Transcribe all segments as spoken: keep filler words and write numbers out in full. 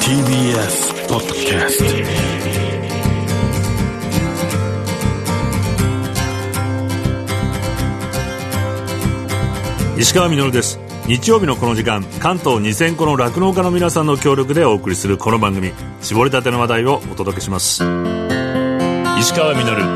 ティービーエス ポッドキャスト石川みのるです。日曜日のこの時間、関東にせんこの酪農家の皆さんの協力でお送りするこの番組、絞りたての話題をお届けします。石川みのる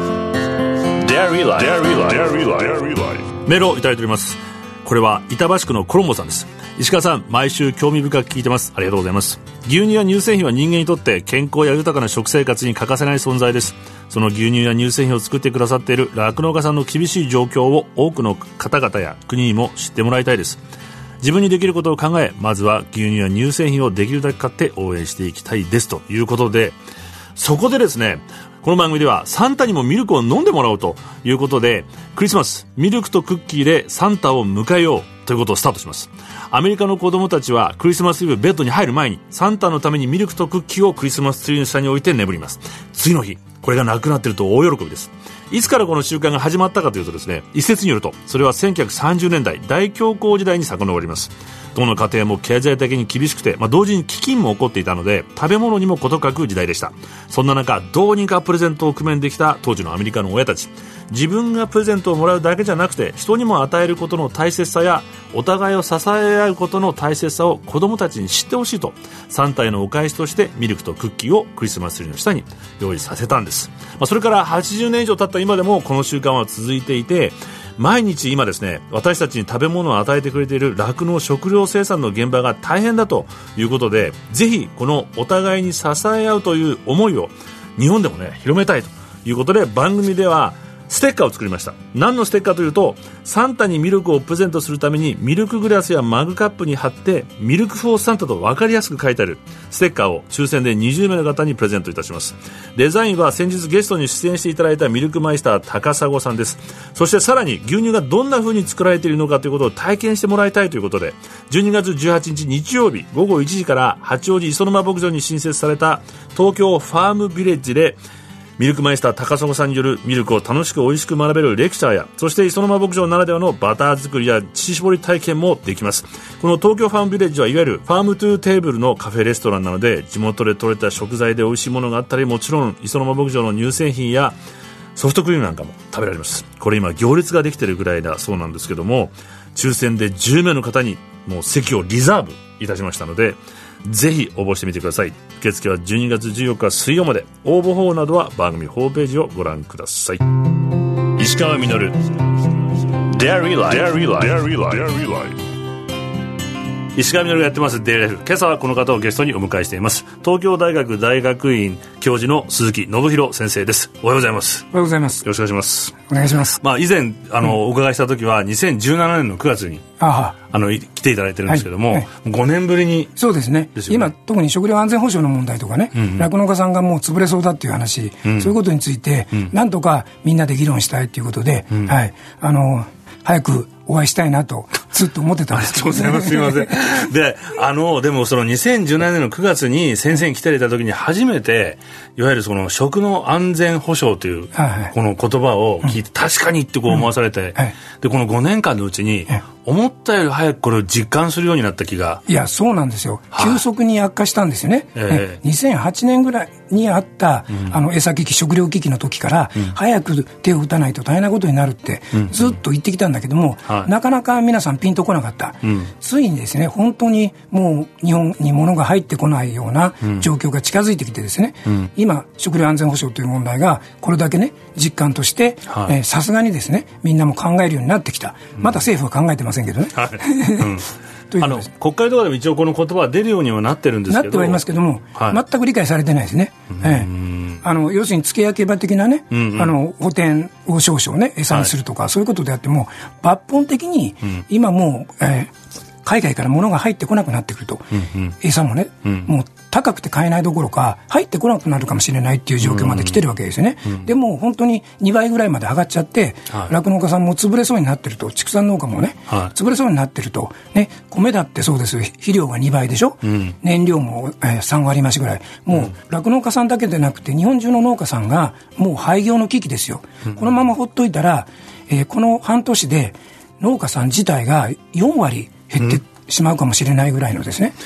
Dairy Life メールをいただいております。これは板橋区のコロンボさんです。石川さん、毎週興味深く聞いてます。ありがとうございます。牛乳や乳製品は人間にとって健康や豊かな食生活に欠かせない存在です。その牛乳や乳製品を作ってくださっている酪農家さんの厳しい状況を多くの方々や国にも知ってもらいたいです。自分にできることを考え、まずは牛乳や乳製品をできるだけ買って応援していきたいですということで、そこでですね、この番組ではサンタにもミルクを飲んでもらおうということで、クリスマスミルクとクッキーでサンタを迎えようということをスタートします。アメリカの子供たちはクリスマスイブベッドに入る前にサンタのためにミルクとクッキーをクリスマスツリーの下に置いて眠ります。次の日これがなくなっていると大喜びです。いつからこの習慣が始まったかというとですね、一説によるとそれはせんきゅうひゃくさんじゅうねんだい大恐慌時代に遡ります。どの家庭も経済的に厳しくて、まあ、同時に飢饉も起こっていたので食べ物にも事欠く時代でした。そんな中、どうにかプレゼントを工面できた当時のアメリカの親たち、自分がプレゼントをもらうだけじゃなくて人にも与えることの大切さやお互いを支え合うことの大切さを子供たちに知ってほしいと、サンタへのお返しとしてミルクとクッキーをクリスマスツリーの下に用意させたんです。まあ、それからはちじゅうねん以上経った今でもこの習慣は続いていて、毎日今ですね、私たちに食べ物を与えてくれている酪農食料生産の現場が大変だということで、ぜひこのお互いに支え合うという思いを日本でもね広めたいということで、番組ではステッカーを作りました。何のステッカーというと、サンタにミルクをプレゼントするためにミルクグラスやマグカップに貼ってミルクフォーサンタと分かりやすく書いてあるステッカーを抽選でにじゅうめいの方にプレゼントいたします。デザインは先日ゲストに出演していただいたミルクマイスター高砂さんです。そしてさらに牛乳がどんな風に作られているのかということを体験してもらいたいということで、じゅうにがつじゅうはちにち日曜日ごごいちじから八王子磯沼牧場に新設された東京ファームビレッジでミルクマイスター高砂さんによるミルクを楽しく美味しく学べるレクチャーや、そして磯沼牧場ならではのバター作りや乳搾り体験もできます。この東京ファームビレッジはいわゆるファームトゥーテーブルのカフェレストランなので、地元で採れた食材で美味しいものがあったり、もちろん磯沼牧場の乳製品やソフトクリームなんかも食べられます。これ今行列ができているぐらいだそうなんですけども、抽選でじゅうめいの方にもう席をリザーブいたしましたので、ぜひ応募してみてください。受付はじゅうにがつじゅうよっか水曜まで。応募方法などは番組ホームページをご覧ください。石川みのる Dairy Life。石川みのるがやってます Dairy Life。今朝はこの方をゲストにお迎えしています。東京大学大学院教授の鈴木信弘先生です。おはようございます。 おはようございます。 よろしくお願いします。 お願いします。 まあ、以前あの、うん、お伺いした時はにせんじゅうななねんのくがつにああの来ていただいてるんですけども、はいはい、ごねんぶりに。 そうですね。今特に食料安全保障の問題とかね、酪農、うんうん、家さんがもう潰れそうだっていう話、うん、そういうことについて、うん、なんとかみんなで議論したいということで、うん、はい、あの早くお会いしたいなとずっと思ってたんですけど、ね、 ありがとうございます。すいません。で、あのでもそのにせんじゅうななねんのくがつに先生に来ていただいた時に初めていわゆるその食の安全保障というこの言葉を聞いて、うん、確かにってこう思わされて、うんはい、でこのごねんかんのうちに思ったより早くこれを実感するようになった気が。 いやそうなんですよ。急速に悪化したんですよね。えー、にせんはちねんぐらいにあった、うん、あの餌危機食糧危機の時から、うん、早く手を打たないと大変なことになるって、うん、ずっと言ってきたんだけども、はい、なかなか皆さんピンとこなかった、うん、ついにですね本当にもう日本に物が入ってこないような状況が近づいてきてですね、うん、今食料安全保障という問題がこれだけね実感としてさすがにですねみんなも考えるようになってきた、うん、まだ政府は考えてませんけどね、はいうんあの国会とかでも一応この言葉は出るようにはなってるんですけど、 なってはいますけども、はい、全く理解されてないですね、ええ、あの要するに付け焼き場的なね、うんうん、あの補填を少々ね餌にするとか、はい、そういうことであっても抜本的に今もう、えー海外から物が入ってこなくなってくると、うんうん、餌もね、うん、もう高くて買えないどころか入ってこなくなるかもしれないっていう状況まで来てるわけですよね、うんうん、でも本当ににばいぐらいまで上がっちゃって酪農、はい、家さんも潰れそうになってると、畜産農家もね、はい、潰れそうになってると、ね、米だってそうです。肥料がにばいでしょ、うん、燃料も、えー、さんわり増しぐらい、もう酪農、うん、家さんだけでなくて日本中の農家さんがもう廃業の危機ですよ、うん、このままほっといたら、えー、この半年で農家さん自体がよんわり減ってしまうかもしれないぐらいのですね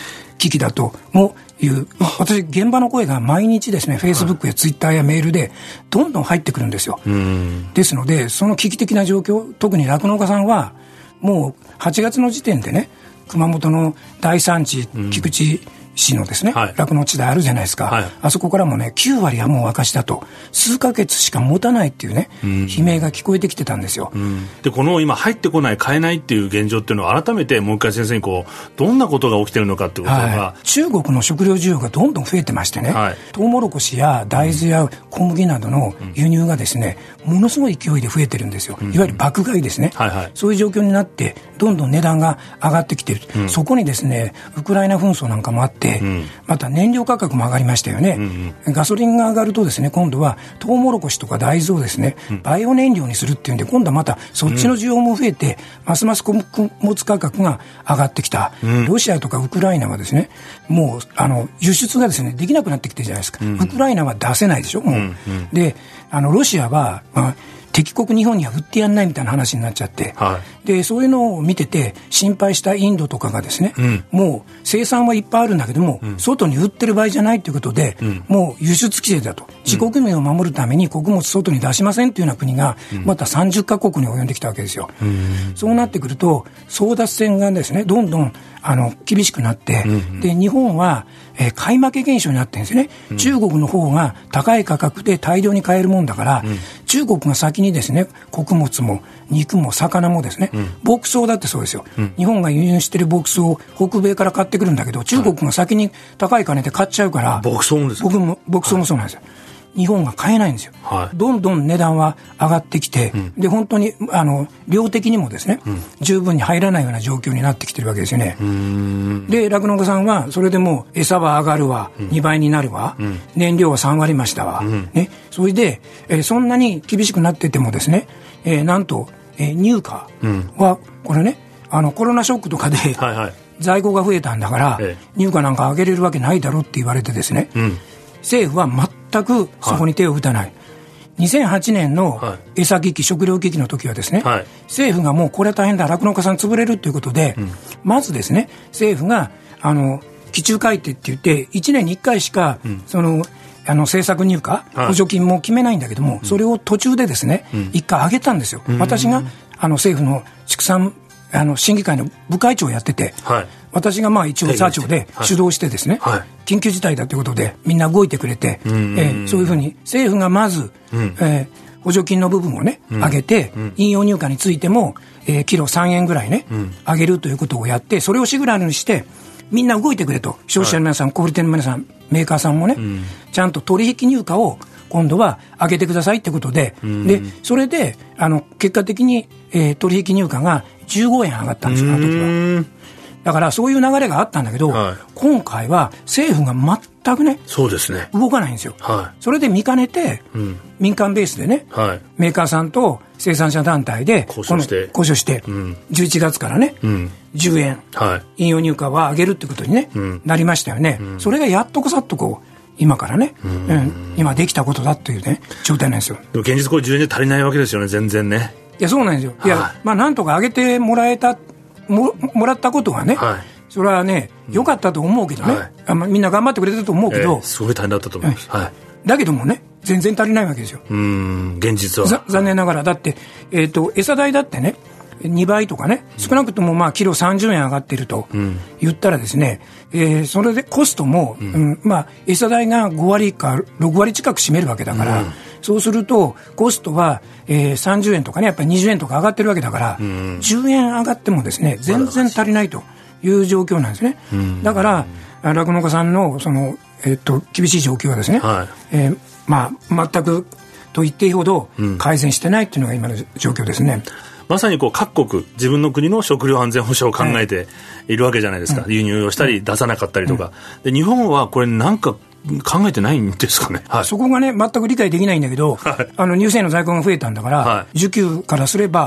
危機だともいう、まあ、私現場の声が毎日ですね、フェイスブックやツイッターやメールでどんどん入ってくるんですよ。ですのでその危機的な状況、特に酪農家さんはもうはちがつの時点でね、熊本の大産地菊池市のですね、酪農地帯あるじゃないですか、はい、あそこからもねきゅうわりはもう赤字だと、数ヶ月しか持たないっていうね、うん、悲鳴が聞こえてきてたんですよ、うん、 でこの今入ってこない、買えないっていう現状っていうのを改めてもう一回先生にこうどんなことが起きてるのかっていうことが、 はい、中国の食料需要がどんどん増えてましてね、はい、トウモロコシや大豆や小麦などの輸入がですね、ものすごい勢いで増えてるんですよ、うん、いわゆる爆買いですね、はいはい、そういう状況になってどんどん値段が上がってきてる、うん、そこにですねウクライナ紛争なんかもあって、うん、また燃料価格も上がりましたよね、うんうん、ガソリンが上がるとですね、今度はトウモロコシとか大豆をですね、うん、バイオ燃料にするっていうんで、今度はまたそっちの需要も増えて、うん、ますます穀物価格が上がってきた、うん、ロシアとかウクライナはですね、もうあの輸出がですねできなくなってきてるじゃないですか、うん、ウクライナは出せないでしょもう、うんうん、であのロシアは、まあ敵国日本には売ってやんないみたいな話になっちゃって、はい、でそういうのを見てて心配したインドとかがですね、うん、もう生産はいっぱいあるんだけども、うん、外に売ってる場合じゃないということで、うん、もう輸出規制だと、自国民を守るために穀物外に出しませんというような国がまたさんじゅっかこくに及んできたわけですよ、うん、そうなってくると争奪戦がですねどんどんあの厳しくなって、うんうん、で日本は、えー、買い負け現象になってるんですね、うん、中国の方が高い価格で大量に買えるもんだから、うん、中国が先にですね穀物も肉も魚もですね、うん、牧草だってそうですよ、うん、日本が輸入してる牧草を北米から買ってくるんだけど、中国が先に高い金で買っちゃうから、 はい、牧草もですか？ 僕も牧草もそうなんですよ、はい、日本が買えないんですよ、はい、どんどん値段は上がってきて、うん、で本当にあの量的にもですね、うん、十分に入らないような状況になってきてるわけですよね。うーんで酪農家さんはそれでもう餌は上がるわ、うん、にばいになるわ、うん、燃料はさんわりましたわ、うんね、それで、えー、そんなに厳しくなっててもですね、えー、なんと、えー、乳価は、うん、これねあのコロナショックとかで、はいはい、在庫が増えたんだから、ええ、乳価なんか上げれるわけないだろって言われてですね、うん、政府は全くそこに手を打たない、はい、にせんはちねんの餌危機、食料危機の時はですね、はい、政府がもうこれは大変だ、酪農家さん潰れるということで、うん、まずですね政府があの期中改定って言っていちねんにいっかいしか、うん、そのあの政策入荷、はい、補助金も決めないんだけども、うん、それを途中でですね、うん、いっかい上げたんですよ、うん、私があの政府の畜産あの審議会の部会長をやってて、はい、私がまあ一応社長で主導してですね、はいはい、緊急事態だということでみんな動いてくれて、えー、そういうふうに政府がまず、うんえー、補助金の部分をね、うん、上げて、うん、飲用入荷についても、えー、キロさんえんぐらいね、うん、上げるということをやって、それをシグナルにしてみんな動いてくれと、消費者の皆さん、はい、小売店の皆さん、メーカーさんもね、うん、ちゃんと取引入荷を今度は上げてくださいってことで、うん、でそれであの結果的に、えー、取引入荷がじゅうごえん上がったんですよ、あの時は。だからそういう流れがあったんだけど、はい、今回は政府が全くね、 そうですね、 動かないんですよ、はい、それで見かねて、うん、民間ベースでね、はい、メーカーさんと生産者団体で交渉して、 交渉して、うん、じゅういちがつからね、うん、じゅうえん、はい、飲用入荷は上げるってことに、ねうん、なりましたよね、うん、それがやっとこさっとこう今からね、うんうん、今できたことだというね状態なんですよ。 でも現実これじゅうえんじゃ足りないわけですよね、全然ね。 いやそうなんですよ、いや、はい、まあなんとか上げてもらえた も, もらったことがね、はい、それはね良かったと思うけどね、はい、あまあ、みんな頑張ってくれたと思うけど、えー、 すごい大変だったと思います、はい、 だけどもね全然足りないわけですよ。 うーん現実は残念ながら、だって、えーと、餌代だってねにばいとかね、少なくともまあキロさんじゅうえん上がっていると言ったらですね、うんえー、それでコストも、うんうん、まあ餌代がごわりかろくわり近く占めるわけだから、うん、そうするとコストは、えー、さんじゅうえんとかねやっぱりにじゅうえんとか上がってるわけだから、うん、じゅうえん上がってもですね全然足りないという状況なんですね、うん、だから酪農家さんのその、えー、と厳しい状況はですね、はいえー、まあ全くと言っていいほど改善してないっていうのが今の状況ですね、うんまさにこう各国自分の国の食料安全保障を考えているわけじゃないですか、はい、輸入をしたり出さなかったりとか、うん、で日本はこれなんか考えてないんですかね、はい、 そこがね全く理解できないんだけど、はい、あの乳製の在庫が増えたんだから、はい、需給からすれば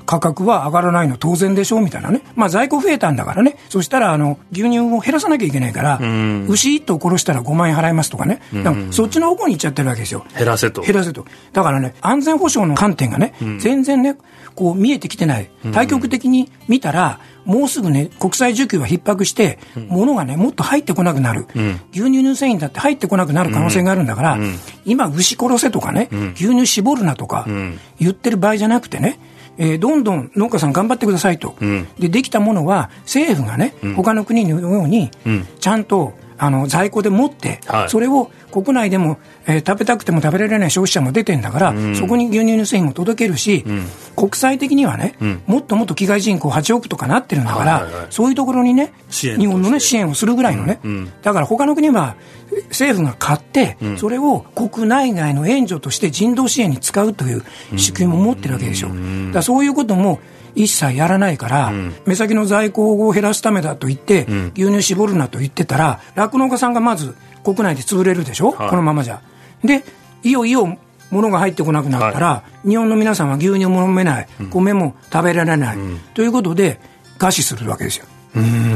価格は上がらないの当然でしょうみたいなね。まあ在庫増えたんだからね。そしたらあの牛乳を減らさなきゃいけないから、牛いっ頭殺したらごまんえん払いますとかね。だからそっちの方向に行っちゃってるわけですよ。 減らせと。 減らせと。だからね、安全保障の観点がね、うん、全然ね、こう見えてきてない。対極的に見たら、もうすぐね、国際需給は逼迫して、うん、物がね、もっと入ってこなくなる。うん、牛乳乳製品だって入ってこなくなる可能性があるんだから、うん、今、牛殺せとかね、うん、牛乳絞るなとか、言ってる場合じゃなくてね、えー、どんどん農家さん頑張ってくださいと。うん、で、できたものは、政府がね、うん、他の国のように、ちゃんと、あの在庫で持って、はい、それを国内でも、えー、食べたくても食べられない消費者も出てんだから、うん、そこに牛乳乳製品を届けるし、うん、国際的にはね、うん、もっともっと飢餓人口はちおくとかなってるんだから、はいはいはい、そういうところにね日本のね支援をするぐらいのね、うんうん、だから他の国は政府が買って、うん、それを国内外の援助として人道支援に使うという仕組みも持ってるわけでしょ。うん、だからそういうことも一切やらないから、うん、目先の在庫を減らすためだと言って、うん、牛乳絞るなと言ってたら酪農家さんがまず国内で潰れるでしょ、はい、このままじゃ。でいよいよ物が入ってこなくなったら、はい、日本の皆さんは牛乳も飲めない、うん、米も食べられない、うん、ということで餓死するわけですよ。うん、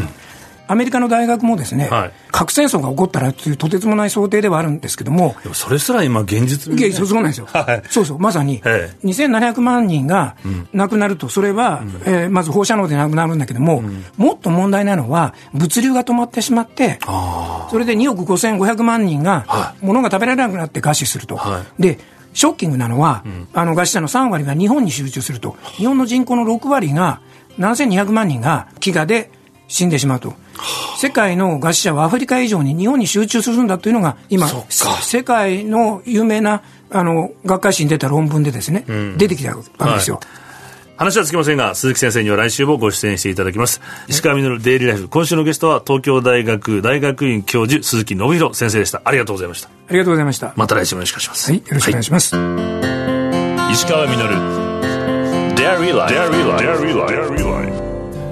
アメリカの大学もですね、はい、核戦争が起こったらというとてつもない想定ではあるんですけども、 でもそれすら今現実味、 ね、そうなんですよ、はい、そうそうまさににせんななひゃくまんにんが亡くなると、それは、うんえー、まず放射能で亡くなるんだけども、うん、もっと問題なのは物流が止まってしまって、それでにおくごせんごひゃくまんにんが物が食べられなくなって餓死すると、はい、でショッキングなのは、うん、あの餓死者のさんわりが日本に集中すると、日本の人口のろくわりがななせんにひゃくまんにんが飢餓で死んでしまうと。世界の餓死者はアフリカ以上に日本に集中するんだというのが今世界の有名なあの学会誌に出た論文でですね、うん、出てきたわけですよ。はい、 話はつきませんが、鈴木先生には来週もご出演していただきます。石川稔デイリーライフ、今週のゲストは東京大学大学院教授鈴木信弘先生でした。ありがとうございました。 ありがとうございました。 また来週もよろしくお願いします。 はい、よろしくお願いします。 はい、石川稔デイリーライフ、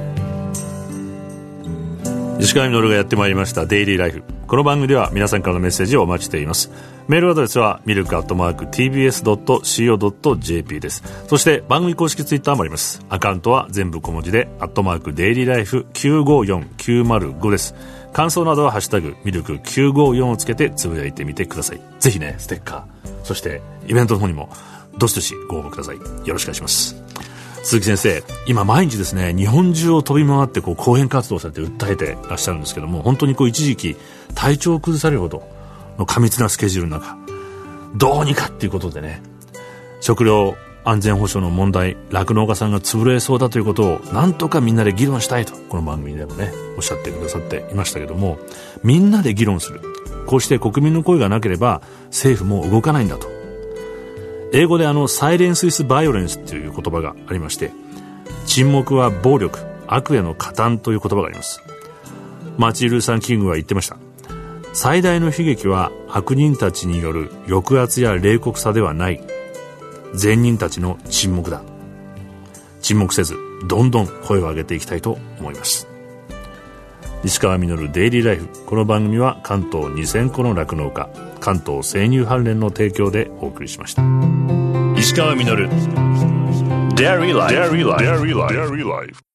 石川稔がやってまいりましたデイリーライフ。この番組では皆さんからのメッセージをお待ちしています。メールアドレスはミルクアットマーク ティービーエスドットシーオードットジェーピー です。そして番組公式ツイッターもあります。アカウントは全部小文字でアットマークデイリーライフきゅうごよんきゅうまるごです。感想などはハッシュタグミルクきゅうごよんをつけてつぶやいてみてください。ぜひね、ステッカー、そしてイベントの方にもどしどしご応募ください。よろしくお願いします。鈴木先生、今毎日ですね、日本中を飛び回ってこう講演活動されて訴えてらっしゃるんですけども、本当にこう一時期体調を崩されるほどの過密なスケジュールの中、どうにかっていうことでね、食料安全保障の問題、酪農家さんが潰れそうだということをなんとかみんなで議論したいと、この番組でもねおっしゃってくださっていましたけども、みんなで議論する、こうして国民の声がなければ政府も動かないんだと。英語であのサイレンス・イス・バイオレンスという言葉がありまして、沈黙は暴力、悪への加担という言葉があります。マーチン・ルーサー・キングは言ってました。最大の悲劇は悪人たちによる抑圧や冷酷さではない、善人たちの沈黙だ。沈黙せずどんどん声を上げていきたいと思います。石川稔デイリーライフ、この番組は関東にせんこの酪農家、関東生乳関連の提供でお送りしました。石川稔デイリーライフ